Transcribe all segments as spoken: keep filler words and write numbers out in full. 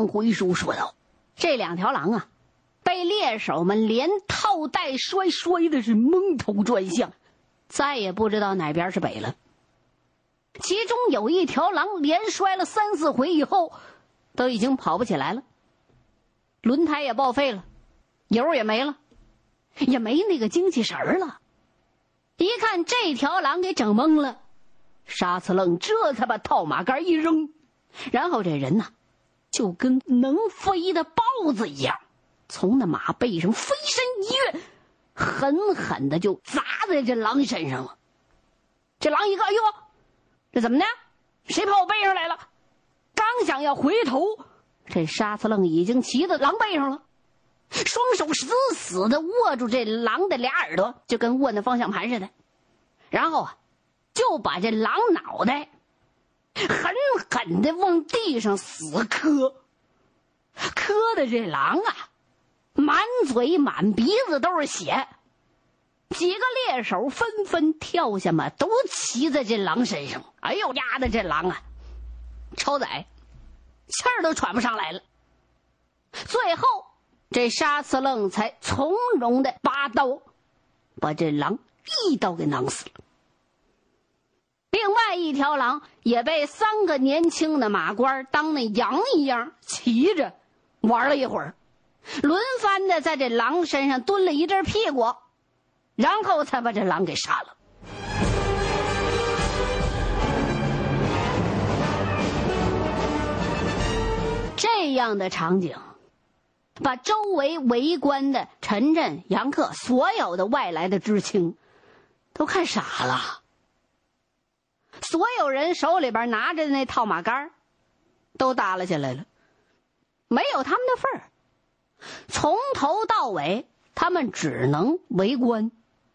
上回书说道，这两条狼啊，被猎手们连套带摔摔的是蒙头转向，再也不知道哪边是北了。其中有一条狼连摔了三四回以后，都已经跑不起来了，轮胎也报废了，油也没了，也没那个精气神了。一看这条狼给整懵了，沙刺愣这才把套马杆一扔，然后这人呐，就跟能飞的豹子一样，从那马背上飞身一跃，狠狠的就砸在这狼身上了。这狼一看，哟，这怎么的？谁跑我背上来了？刚想要回头，这沙刺愣已经骑在狼背上了，双手死死的握住这狼的俩耳朵，就跟握那方向盘似的，然后啊，就把这狼脑袋狠狠的往地上死磕，磕的这狼啊，满嘴满鼻子都是血。几个猎手纷纷跳下马，都骑在这狼身上。哎呦，压的这狼啊，超载，气儿都喘不上来了。最后，这沙刺愣才从容的拔刀，把这狼一刀给囊死了。另外一条狼也被三个年轻的马官当那羊一样骑着玩了一会儿，轮番的在这狼身上蹲了一阵屁股，然后才把这狼给杀了。这样的场景把周围围观的陈震、杨克所有的外来的知青都看傻了。所有人手里边拿着那套马杆都耷拉下来了，没有他们的份儿。从头到尾他们只能围观。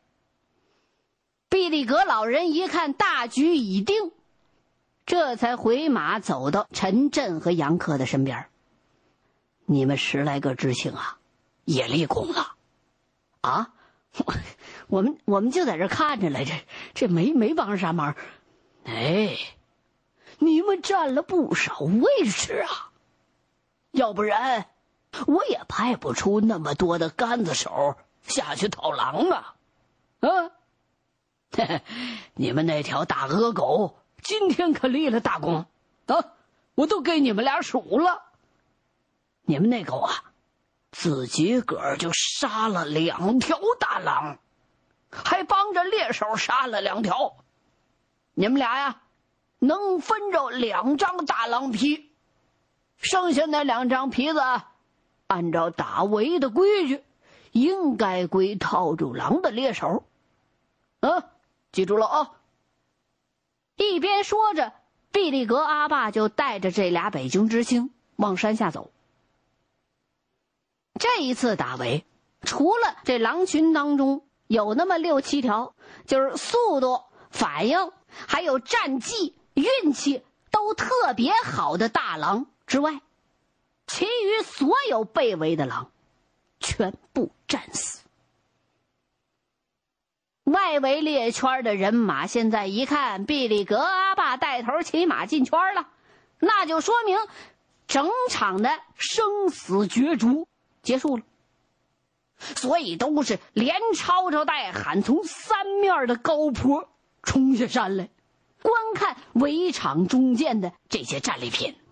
毕力格老人一看大局已定，这才回马走到陈震和杨克的身边。你们十来个知青啊，也立功了啊？我们我们就在这看着来着，这没没帮上啥忙。哎，你们占了不少位置啊，要不然我也派不出那么多的杆子手下去讨狼啊！啊，你们那条大恶狗今天可立了大功啊！我都给你们俩数了。你们那狗啊，自己个儿就杀了两条大狼，还帮着猎手杀了两条。你们俩呀，能分着两张大狼皮，剩下那两张皮子，按照打围的规矩，应该归套住狼的猎手。啊，记住了啊！一边说着，毕力格阿爸就带着这俩北京知青往山下走。这一次打围，除了这狼群当中有那么六七条，就是速度、反应还有战绩、运气都特别好的大狼之外，其余所有被围的狼全部战死。外围猎圈的人马现在一看毕力格阿爸带头骑马进圈了，那就说明整场的生死角逐结束了，所以都是连吵吵带喊，从三面的高坡冲下山来，观看围场中间的这些战利品。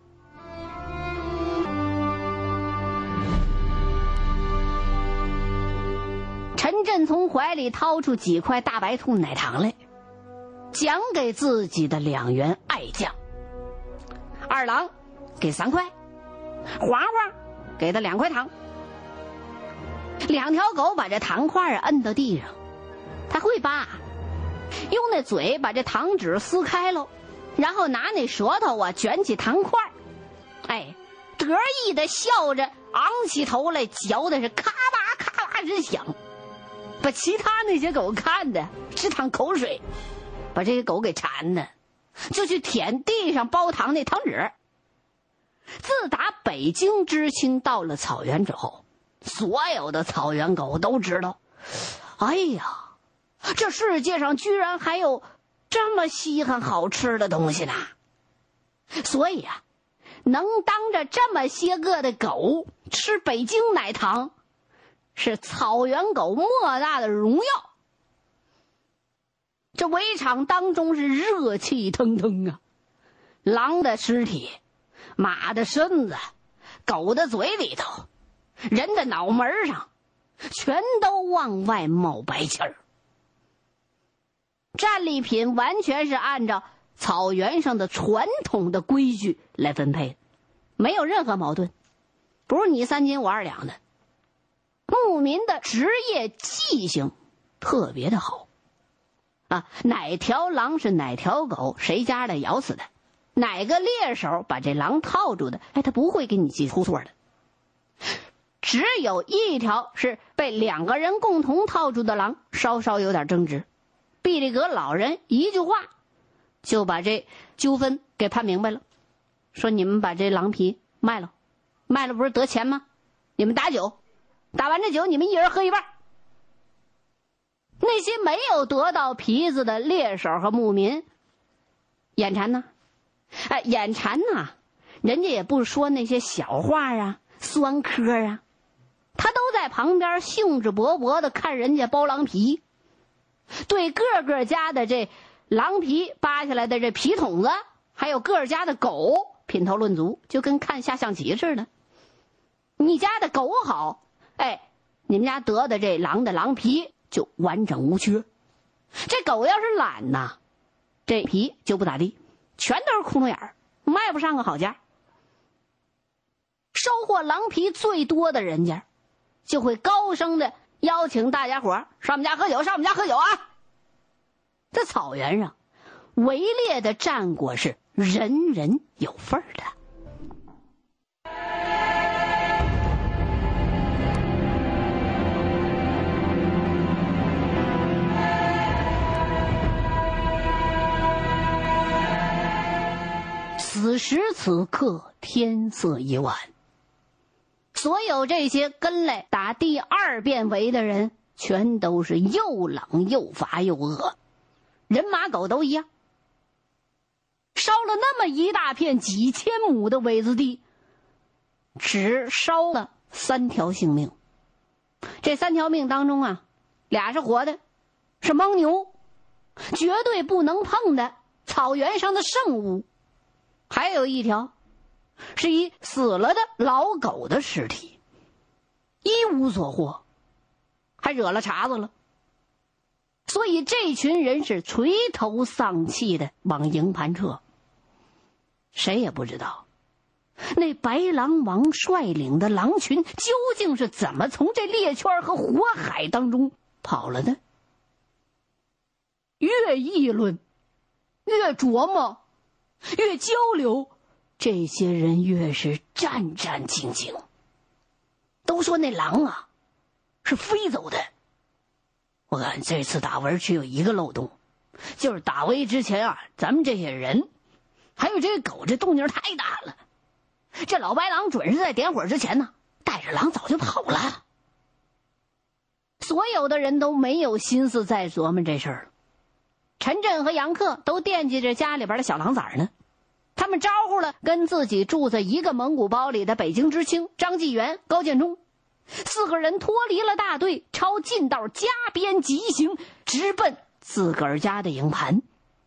陈震从怀里掏出几块大白兔奶糖来，奖给自己的两员爱将。二郎给三块，黄黄给他两块糖。两条狗把这糖块摁到地上，他会扒，用那嘴把这糖纸撕开喽，然后拿那舌头啊卷起糖块，哎，得意的笑着昂起头来，嚼的是咔吧咔吧直响，把其他那些狗看的直淌口水，把这些狗给馋的就去舔地上包糖那糖纸。自打北京知青到了草原之后，所有的草原狗都知道，哎呀，这世界上居然还有这么稀罕好吃的东西呢。所以啊， 能当着这么些个的狗吃北京奶糖，是草原狗莫大的荣耀。这围场当中是热气腾腾啊，狼的尸体，马的身子，狗的嘴里头，人的脑门上，全都往外冒白气儿。战利品完全是按照草原上的传统的规矩来分配的，没有任何矛盾，不是你三斤我二两的。牧民的职业记性特别的好啊，哪条狼是哪条狗，谁家的咬死的，哪个猎手把这狼套住的，哎，他不会给你记出错的。只有一条是被两个人共同套住的狼稍稍有点争执，毕利格老人一句话就把这纠纷给判明白了，说你们把这狼皮卖了，卖了不是得钱吗？你们打酒，打完这酒你们一人喝一半。那些没有得到皮子的猎手和牧民眼馋呢，哎，眼馋呢，人家也不说那些小话啊酸科啊，他都在旁边兴致勃勃的看人家剥狼皮，对个个家的这狼皮扒下来的这皮筒子，还有个家的狗品头论足，就跟看下象棋似的。你家的狗好，哎，你们家得的这狼的狼皮就完整无缺。这狗要是懒呐，这皮就不咋地，全都是窟窿眼儿，卖不上个好价。收获狼皮最多的人家，就会高声的邀请大家伙上我们家喝酒，上我们家喝酒啊！在草原上，围猎的战果是人人有份儿的。此时此刻，天色已晚。所有这些跟来打第二遍围的人，全都是又冷又乏又饿，人马狗都一样。烧了那么一大片几千亩的苇子地，只烧了三条性命。这三条命当中啊，俩是活的，是牦牛，绝对不能碰的草原上的圣物。还有一条是一死了的老狗的尸体，一无所获，还惹了茬子了。所以这群人是垂头丧气的往营盘撤。谁也不知道那白狼王率领的狼群究竟是怎么从这猎圈和火海当中跑了的。越议论，越琢磨，越交流，这些人越是战战兢兢。都说那狼啊是飞走的，我看这次打围只有一个漏洞，就是打围之前啊，咱们这些人还有这个狗这动静太大了，这老白狼准是在点火之前呢带着狼早就跑了。所有的人都没有心思再琢磨这事儿了。陈震和杨克都惦记着家里边的小狼崽呢，他们招呼了跟自己住在一个蒙古包里的北京知青张继元、高建忠，四个人脱离了大队，抄近道加鞭疾行，直奔自个儿家的营盘。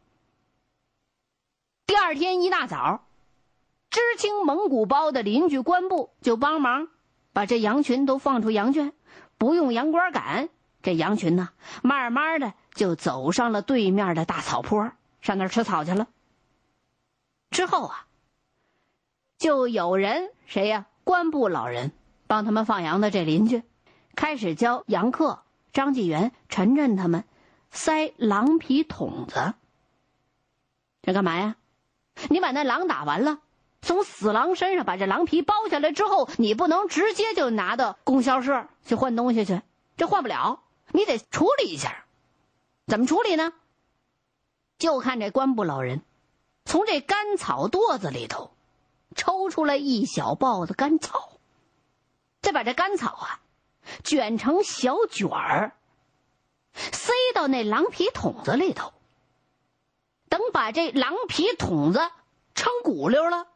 第二天一大早，知青蒙古包的邻居官部就帮忙把这羊群都放出羊圈，不用羊倌赶，这羊群呢慢慢的就走上了对面的大草坡，上那儿吃草去了。之后啊，就有人谁呀、啊？官部老人帮他们放羊的这邻居开始教杨克、张继元、陈震他们塞狼皮筒子。这干嘛呀？你把那狼打完了，从死狼身上把这狼皮剥下来之后，你不能直接就拿到供销社去换东西去，这换不了，你得处理一下。怎么处理呢？就看这官部老人从这干草垛子里头抽出来一小抱子干草，再把这干草啊卷成小卷儿，塞到那狼皮筒子里头。等把这狼皮筒子撑鼓溜了，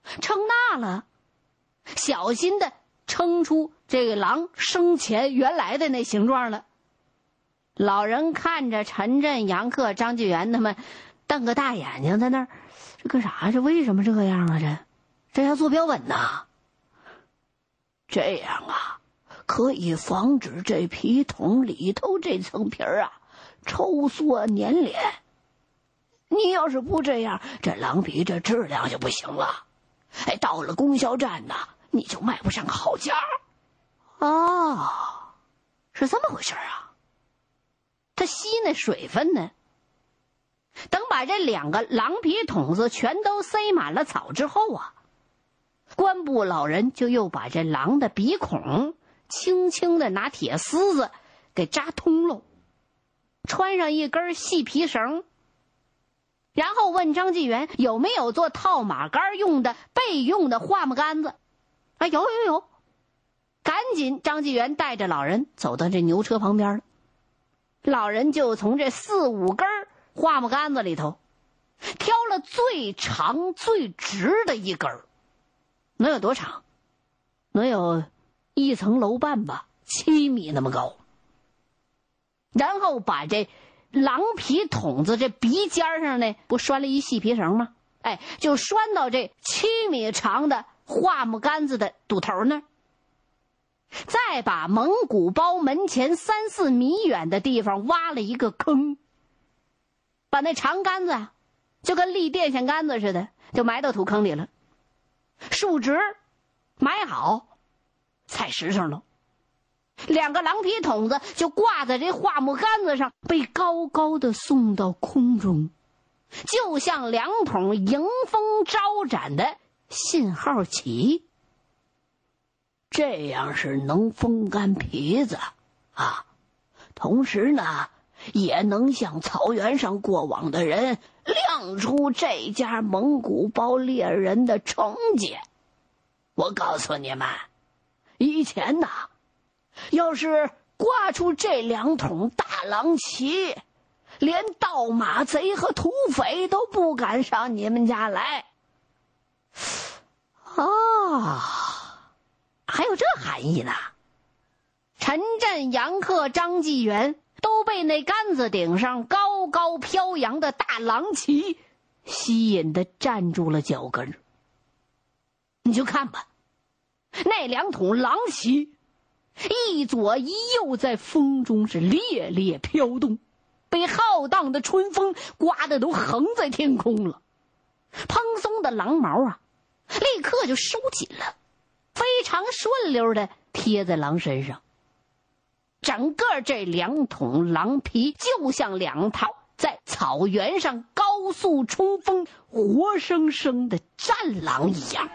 撑大了，小心的撑出这个狼生前原来的那形状了。老人看着陈震、杨克、张继元他们瞪个大眼睛在那儿，这干啥？这为什么这样啊？这这要做标本呐？ 这样啊，可以防止这皮筒里头这层皮儿啊抽缩粘连。你要是不这样，这狼皮这质量就不行了。哎，到了供销站呐，你就卖不上好价。 哦，是这么回事啊。它吸那水分呢。等把这两个狼皮筒子全都塞满了草之后啊，官部老人就又把这狼的鼻孔轻轻的拿铁丝子给扎通了，穿上一根细皮绳，然后问张继元有没有做套马杆用的备用的桦木杆子。啊，有有有！赶紧张继元带着老人走到这牛车旁边了。老人就从这四五根桦木杆子里头挑了最长最直的一根，能有多长？能有一层楼半吧，七米那么高。然后把这狼皮筒子这鼻尖上呢，不拴了一细皮绳吗？哎，就拴到这七米长的桦木杆子的堵头那儿。再把蒙古包门前三四米远的地方挖了一个坑，把那长杆子啊，就跟立电线杆子似的，就埋到土坑里了。竖直埋好，踩实上了。两个狼皮筒子就挂在这桦木杆子上，被高高的送到空中，就像两筒迎风招展的信号旗。 这样是能风干皮子啊，同时呢也能向草原上过往的人亮出这家蒙古包猎人的成绩。我告诉你们，以前呐，要是挂出这两桶大狼旗，连盗马贼和土匪都不敢上你们家来。 啊，还有这含义呢。陈震、杨克、张继元都被那杆子顶上高高飘扬的大狼旗吸引的站住了脚跟。你就看吧，那两桶狼旗一左一右在风中是猎猎飘动，被浩荡的春风刮得都横在天空了。蓬松的狼毛啊，立刻就收紧了，非常顺溜的贴在狼身上。整个这两桶狼皮就像两套在草原上高速冲锋活生生的战狼一样。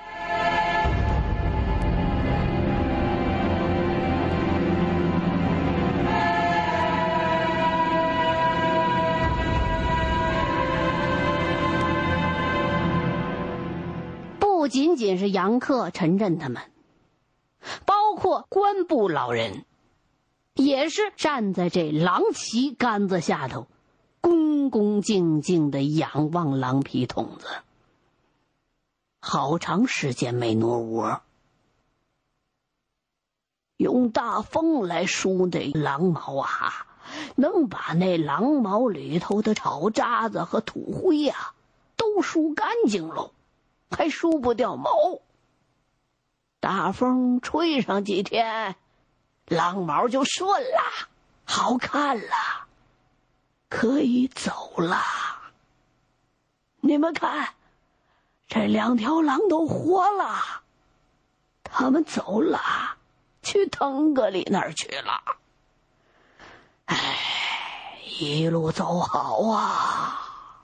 不仅仅是杨克、陈震他们，包括官部老人也是站在这狼旗杆子下头，恭恭敬敬地仰望狼皮筒子。好长时间没挪窝， 用大风来梳那狼毛啊，能把那狼毛里头的草渣子和土灰啊都梳干净喽，还梳不掉毛。大风吹上几天，狼毛就顺了，好看了，可以走了。你们看，这两条狼都活了，他们走了，去腾格里那儿去了。哎，一路走好啊。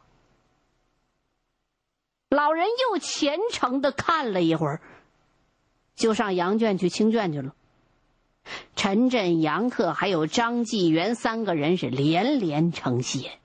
老人又虔诚地看了一会儿，就上羊圈去清圈去了。陈震、杨克还有张继元三个人是连连称谢。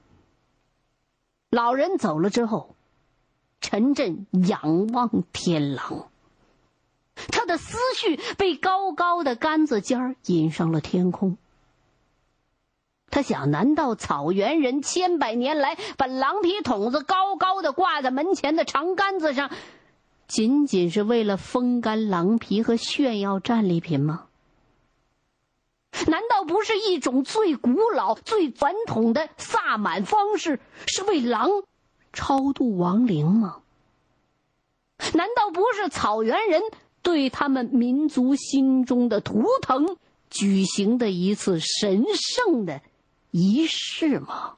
老人走了之后，陈震仰望天狼，他的思绪被高高的杆子尖儿引上了天空。他想，难道草原人千百年来把狼皮筒子高高的挂在门前的长杆子上， 仅仅是为了风干狼皮和炫耀战利品吗？难道不是一种最古老、最传统的萨满方式，是为狼超度亡灵吗？难道不是草原人对他们民族心中的图腾举行的一次神圣的仪式吗？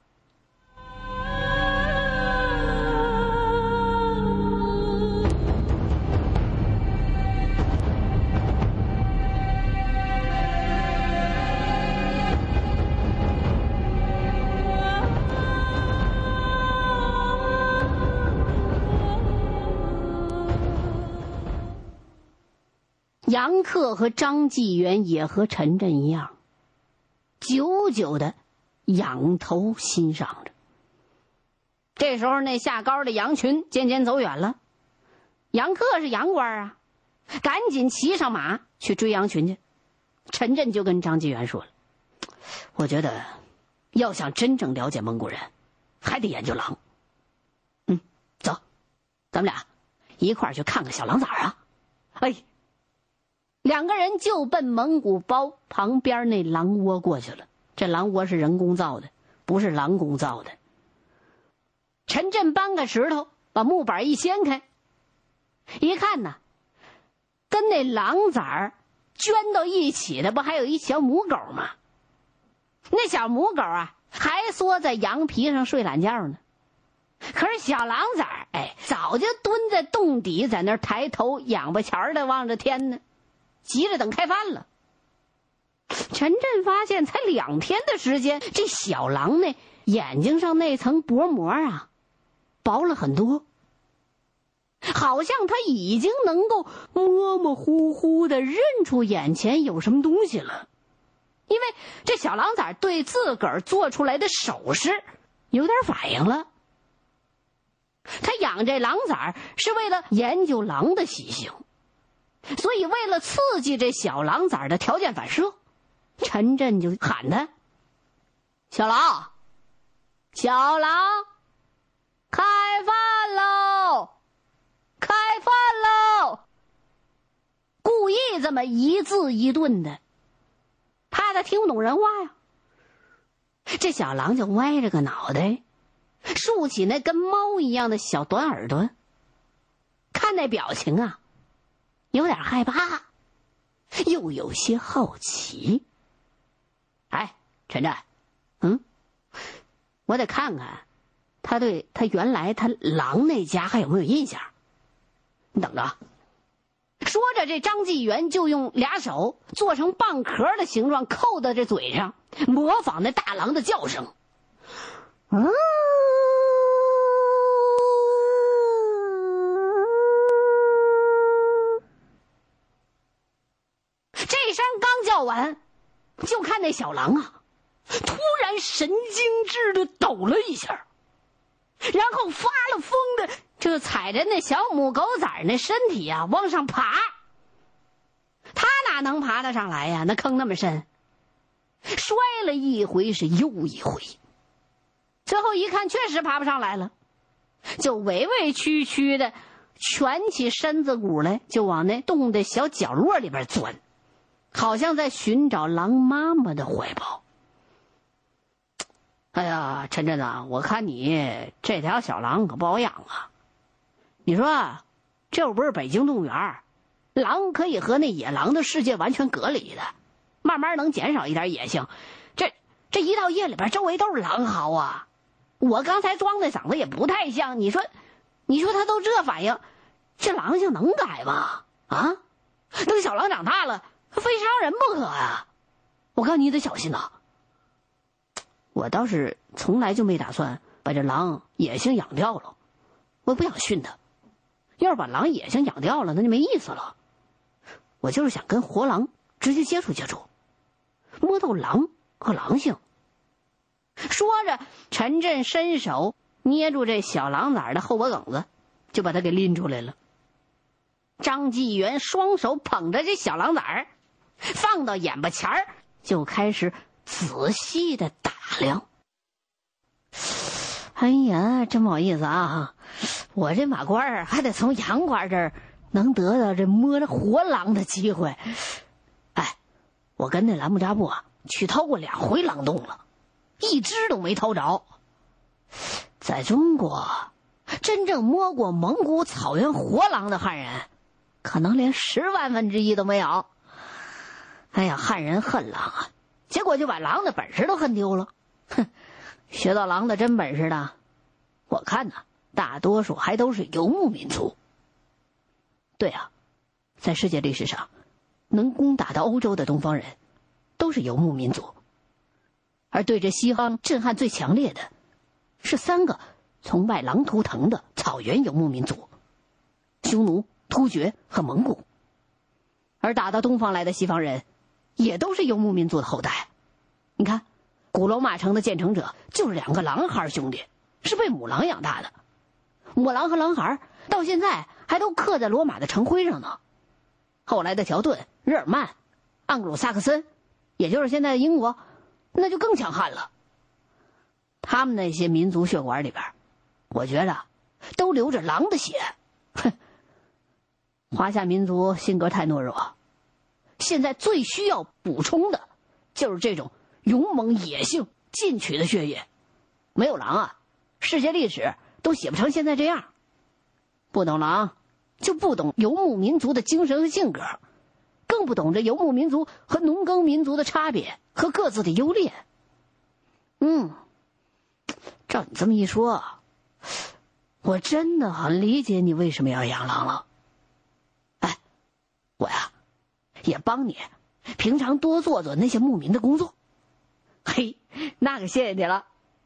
杨克和张纪元也和陈震一样，久久的仰头欣赏着。这时候那下高的羊群渐渐走远了，杨克是羊倌啊，赶紧骑上马去追羊群去。陈震就跟张纪元说了，我觉得要想真正了解蒙古人，还得研究狼。嗯，走，咱们俩一块儿去看看小狼崽啊。哎，两个人就奔蒙古包旁边那狼窝过去了。这狼窝是人工造的，不是狼工造的。陈震搬个石头，把木板一掀开，一看呢，跟那狼崽儿圈到一起的，不还有一小母狗吗？那小母狗啊，还缩在羊皮上睡懒觉呢。可是小狼崽儿，哎，早就蹲在洞底，在那儿抬头仰巴前的望着天呢，急着等开饭了。陈震发现才两天的时间，这小狼呢眼睛上那层薄膜啊薄了很多，好像他已经能够模模糊糊的认出眼前有什么东西了。因为这小狼崽对自个儿做出来的手势有点反应了。他养这狼崽是为了研究狼的习性，所以为了刺激这小狼崽的条件反射，陈震就喊他：小狼，小狼，开饭喽，开饭喽！故意这么一字一顿的，怕他听不懂人话呀。这小狼就歪着个脑袋，竖起那跟猫一样的小短耳朵，看那表情啊，有点害怕，又有些好奇。哎，陈震，嗯，我得看看他对他原来他狼那家还有没有印象。你等着。说着，这张纪元就用俩手做成蚌壳的形状扣在这嘴上，模仿那大狼的叫声。嗯，这声刚叫完，就看那小狼啊突然神经质的抖了一下，然后发了疯的这踩着那小母狗崽那身体啊往上爬。他哪能爬得上来呀？那坑那么深，摔了一回是又一回，最后一看确实爬不上来了，就委委屈屈的蜷起身子骨来，就往那洞的小角落里边钻，好像在寻找狼妈妈的怀抱。哎呀，陈震啊，我看你这条小狼可不好养啊。你说这又不是北京动物园，狼可以和那野狼的世界完全隔离的，慢慢能减少一点野性。这这一到夜里边周围都是狼嚎啊，我刚才装的嗓子也不太像，你说你说他都这反应，这狼性能改吗？啊，等小狼长大了非伤人不可啊。我告诉你，你得小心呐。我倒是从来就没打算把这狼野性养掉了，我不想训它。要是把狼野性养掉了，那就没意思了。我就是想跟活狼直接接触接触，摸透狼和狼性。说着，陈震伸手捏住这小狼崽的后脖梗子，就把它给拎出来了。张纪元双手捧着这小狼崽，放到眼巴前儿，就开始仔细的打量。哎呀，真不好意思啊， 我这马官儿还得从杨官这儿能得到这摸着活狼的机会。哎，我跟那栏木扎布啊去掏过两回狼洞了，一只都没掏着。在中国，真正摸过蒙古草原活狼的汉人，可能连十万分之一都没有。哎呀，汉人恨狼啊，结果就把狼的本事都恨丢了。哼，学到狼的真本事的，我看呢，大多数还都是游牧民族。对啊，在世界历史上，能攻打到欧洲的东方人，都是游牧民族。而对这西方震撼最强烈的，是三个从外狼图腾的草原游牧民族：匈奴、突厥和蒙古。而打到东方来的西方人，也都是游牧民族的后代。你看，古罗马城的建成者就是两个狼孩兄弟，是被母狼养大的。母狼和狼孩到现在还都刻在罗马的城徽上呢。后来的条顿、日耳曼、盎格鲁撒克森，也就是现在的英国，那就更强悍了。他们那些民族血管里边，我觉得都流着狼的血。哼，华夏民族性格太懦弱，现在最需要补充的就是这种勇猛野性进取的血液。没有狼啊，世界历史都写不成现在这样。不懂狼，就不懂游牧民族的精神和性格，更不懂这游牧民族和农耕民族的差别和各自的优劣。嗯，照你这么一说，我真的很理解你为什么要养狼了。哎，我呀，也帮你平常多做做那些牧民的工作。嘿，那可谢谢你了。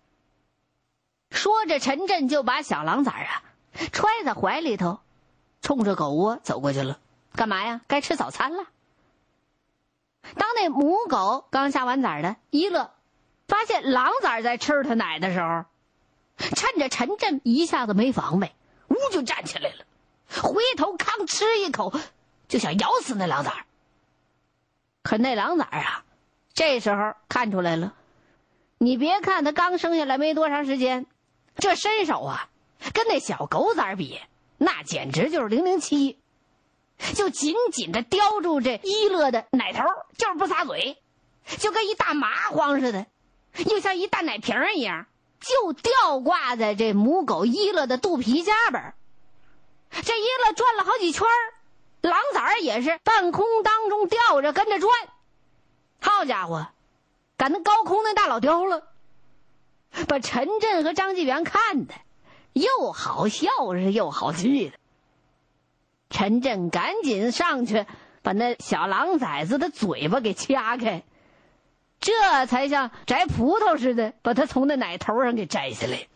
说着，陈震就把小狼崽啊揣在怀里头，冲着狗窝走过去了。干嘛呀？该吃早餐了。当那母狗刚下完崽的一乐发现狼崽在吃它奶的时候，趁着陈震一下子没防备，呜就站起来了，回头吭吃一口，就想咬死那狼崽。可那狼崽啊，这时候看出来了。你别看他刚生下来没多长时间，这身手啊，跟那小狗崽比，那简直就是零零七。就紧紧地叼住这一乐的奶头，就是不撒嘴，就跟一大麻黄似的，又像一大奶瓶一样，就吊挂在这母狗一乐的肚皮下边。这一乐转了好几圈，狼崽也是半空当中吊着跟着转。好家伙，赶那高空那大老雕了，把陈震和张继元看的又好笑是又好气的。陈震赶紧上去把那小狼崽子的嘴巴给掐开，这才像摘葡萄似的把他从那奶头上给摘下来。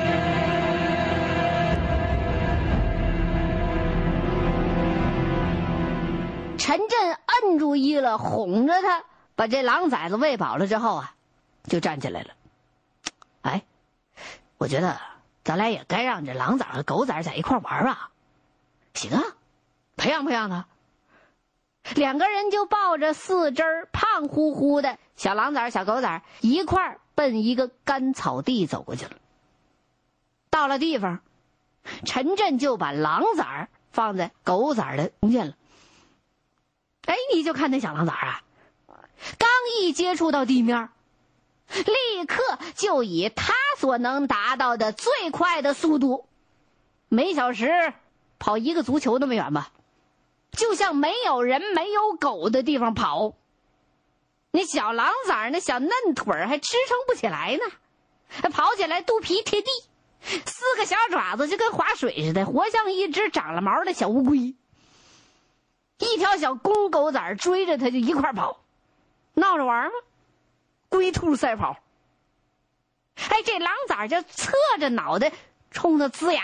陈震摁住一了，哄着他把这狼崽子喂饱了之后啊，就站起来了。哎，我觉得咱俩也该让这狼崽和狗崽在一块玩吧。行啊，培养培养他。两个人就抱着四只胖乎乎的小狼崽小狗崽一块奔一个干草地走过去了。到了地方，陈震就把狼崽放在狗崽的中间了。哎，你就看那小狼崽啊，刚一接触到地面，立刻就以他所能达到的最快的速度，每小时跑一个足球那么远吧，就像没有人没有狗的地方跑。那小狼崽那小嫩腿还支撑不起来呢，跑起来肚皮贴地，四个小爪子就跟划水似的，活像一只长了毛的小乌龟。一条小公狗崽追着他就一块跑，闹着玩吗？龟兔赛跑。哎，这狼崽就侧着脑袋冲他呲牙，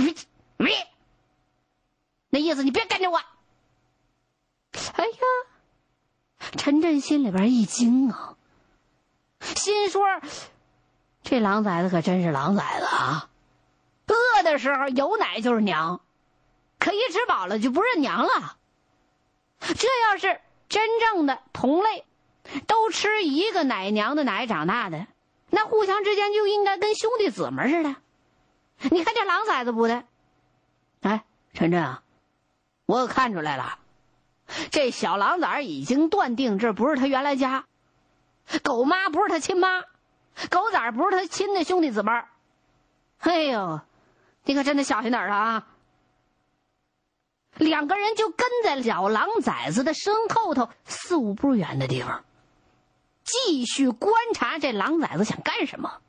那意思你别跟着我。哎呀，陈震心里边一惊啊，心说这狼崽子可真是狼崽子啊，饿的时候有奶就是娘，可一吃饱了就不认娘了。这要是真正的同类都吃一个奶娘的奶长大的，那互相之间就应该跟兄弟姊妹似的。你看这狼崽子不的， 哎，陈震啊，我看出来了，这小狼崽已经断定这不是他原来家，狗妈不是他亲妈，狗崽不是他亲的兄弟姊妹。哎呦，你可真的小心点了啊！两个人就跟在小狼崽子的身后头四五步远的地方，继续观察这狼崽子想干什么。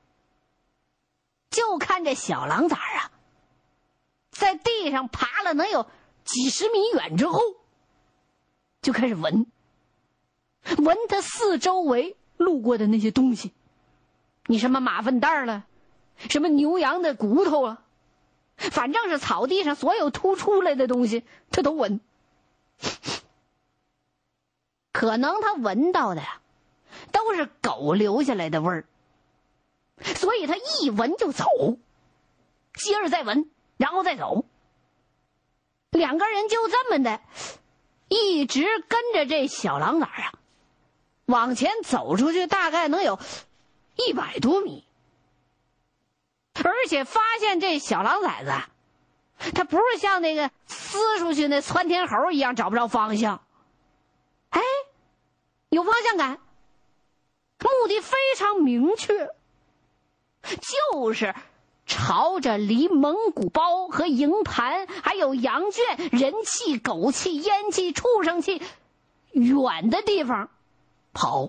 就看这小狼崽啊，在地上爬了能有几十米远之后，就开始闻，闻他四周围路过的那些东西，你什么马粪蛋了，什么牛羊的骨头啊，反正是草地上所有凸出来的东西他都闻。可能他闻到的呀都是狗留下来的味儿，所以他一闻就走，接着再闻，然后再走。两个人就这么的一直跟着这小狼崽啊往前走出去，大概能有一百多米。而且发现这小狼崽子他不是像那个撕出去那窜天猴一样找不着方向，哎，有方向感，目的非常明确，就是朝着离蒙古包和营盘还有羊圈、人气、狗气、烟气、畜生气远的地方跑。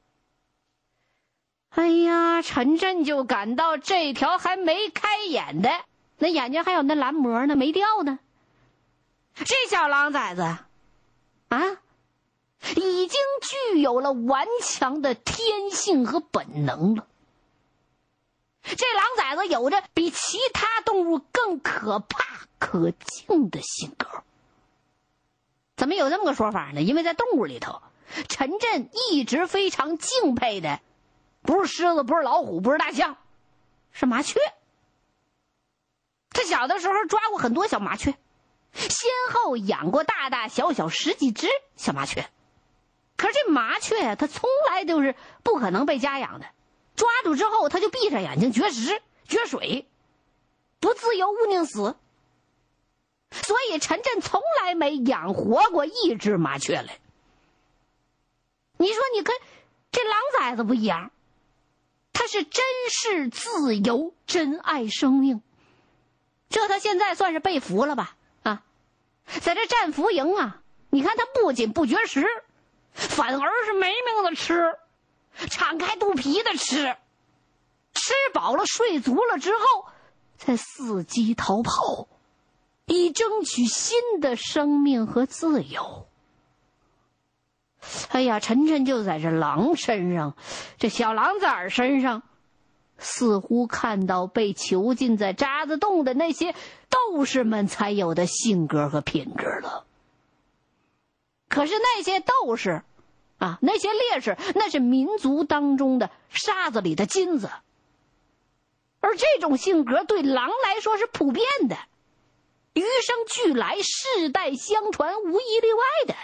哎呀，陈震就感到这条还没开眼的，那眼睛还有那蓝膜呢，没掉呢。这小狼崽子啊，已经具有了顽强的天性和本能了。这狼崽子有着比其他动物更可怕可敬的性格。怎么有这么个说法呢？因为在动物里头，陈震一直非常敬佩的不是狮子，不是老虎，不是大象，是麻雀。他小的时候抓过很多小麻雀，先后养过大大小小十几只小麻雀。可是这麻雀呀、啊，它从来都是不可能被家养的，抓住之后他就闭上眼睛绝食绝水，不自由勿宁死。所以陈震从来没养活过一只麻雀来。你说你跟这狼崽子不一样，他是珍视自由，珍爱生命。这他现在算是被俘了吧？啊，在这战俘营啊，你看他不仅不绝食，反而是没命的吃，敞开肚皮的吃，吃饱了睡足了之后再伺机逃跑，以争取新的生命和自由。哎呀，陈震就在这狼身上，这小狼崽身上，似乎看到被囚禁在渣滓洞的那些斗士们才有的性格和品质了。可是那些斗士啊，那些烈士，那是民族当中的沙子里的金子，而这种性格对狼来说是普遍的，与生俱来，世代相传，无一例外的。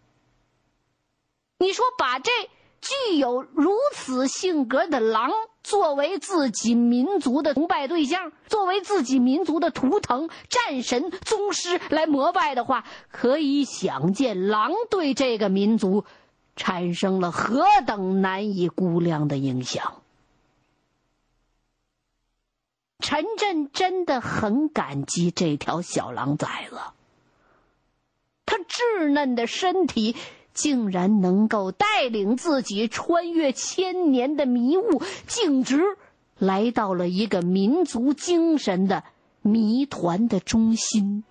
你说把这具有如此性格的狼作为自己民族的崇拜对象，作为自己民族的图腾、战神、宗师来膜拜的话，可以想见狼对这个民族产生了何等难以估量的影响。陈震真的很感激这条小狼崽子，他稚嫩的身体竟然能够带领自己穿越千年的迷雾，径直来到了一个民族精神的谜团的中心。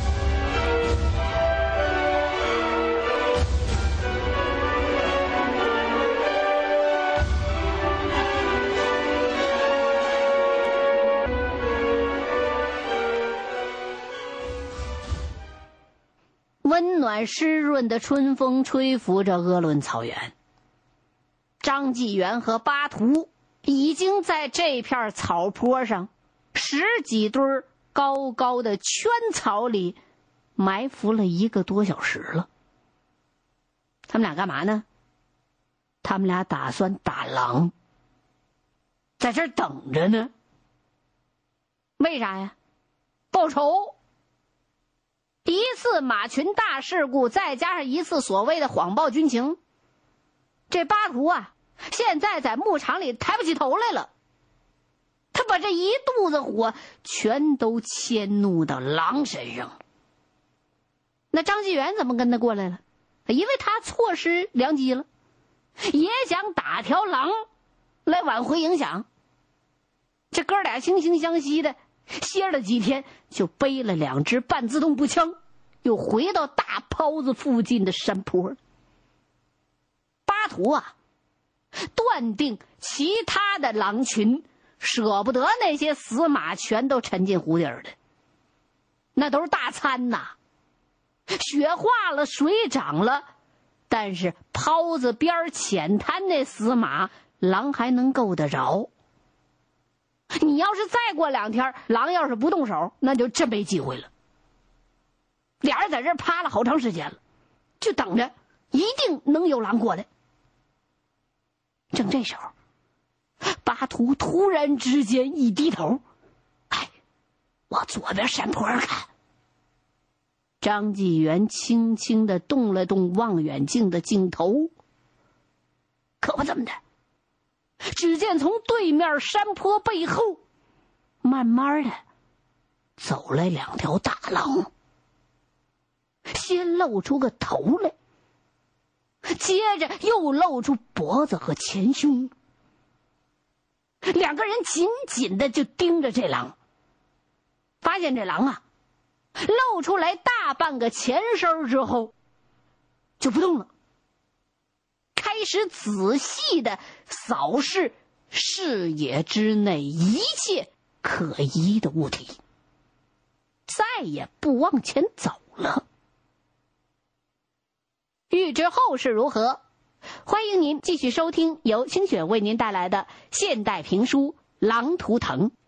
温暖湿润的春风吹拂着鄂伦草原，张纪元和巴图已经在这片草坡上十几堆高高的圈草里埋伏了一个多小时了。他们俩干嘛呢？他们俩打算打狼，在这儿等着呢。为啥呀？报仇， 一次马群大事故，再加上一次所谓的谎报军情，这巴图啊，现在在牧场里抬不起头来了。他把这一肚子火全都迁怒到狼身上。那张纪元怎么跟他过来了？因为他错失良机了，也想打条狼来挽回影响。这哥俩惺惺相惜的歇了几天，就背了两支半自动步枪，又回到大泡子附近的山坡。巴图啊，断定其他的狼群舍不得那些死马全都沉进湖底儿的，那都是大餐呐。雪化了，水涨了，但是泡子边浅滩那死马，狼还能够得着。你要是再过两天，狼要是不动手，那就真没机会了。俩人在这儿趴了好长时间了，就等着一定能有狼过来。正这时候，巴图突然之间一低头，哎，往左边山坡上看。张纪元轻轻地动了动望远镜的镜头，可不怎么的，只见从对面山坡背后慢慢的走来两条大狼，先露出个头来，接着又露出脖子和前胸。两个人紧紧的就盯着这狼，发现这狼啊露出来大半个前身之后就不动了，开始仔细的扫视视野之内一切可疑的物体，再也不往前走了。欲知后事如何，欢迎您继续收听由清雪为您带来的现代评书《狼图腾》。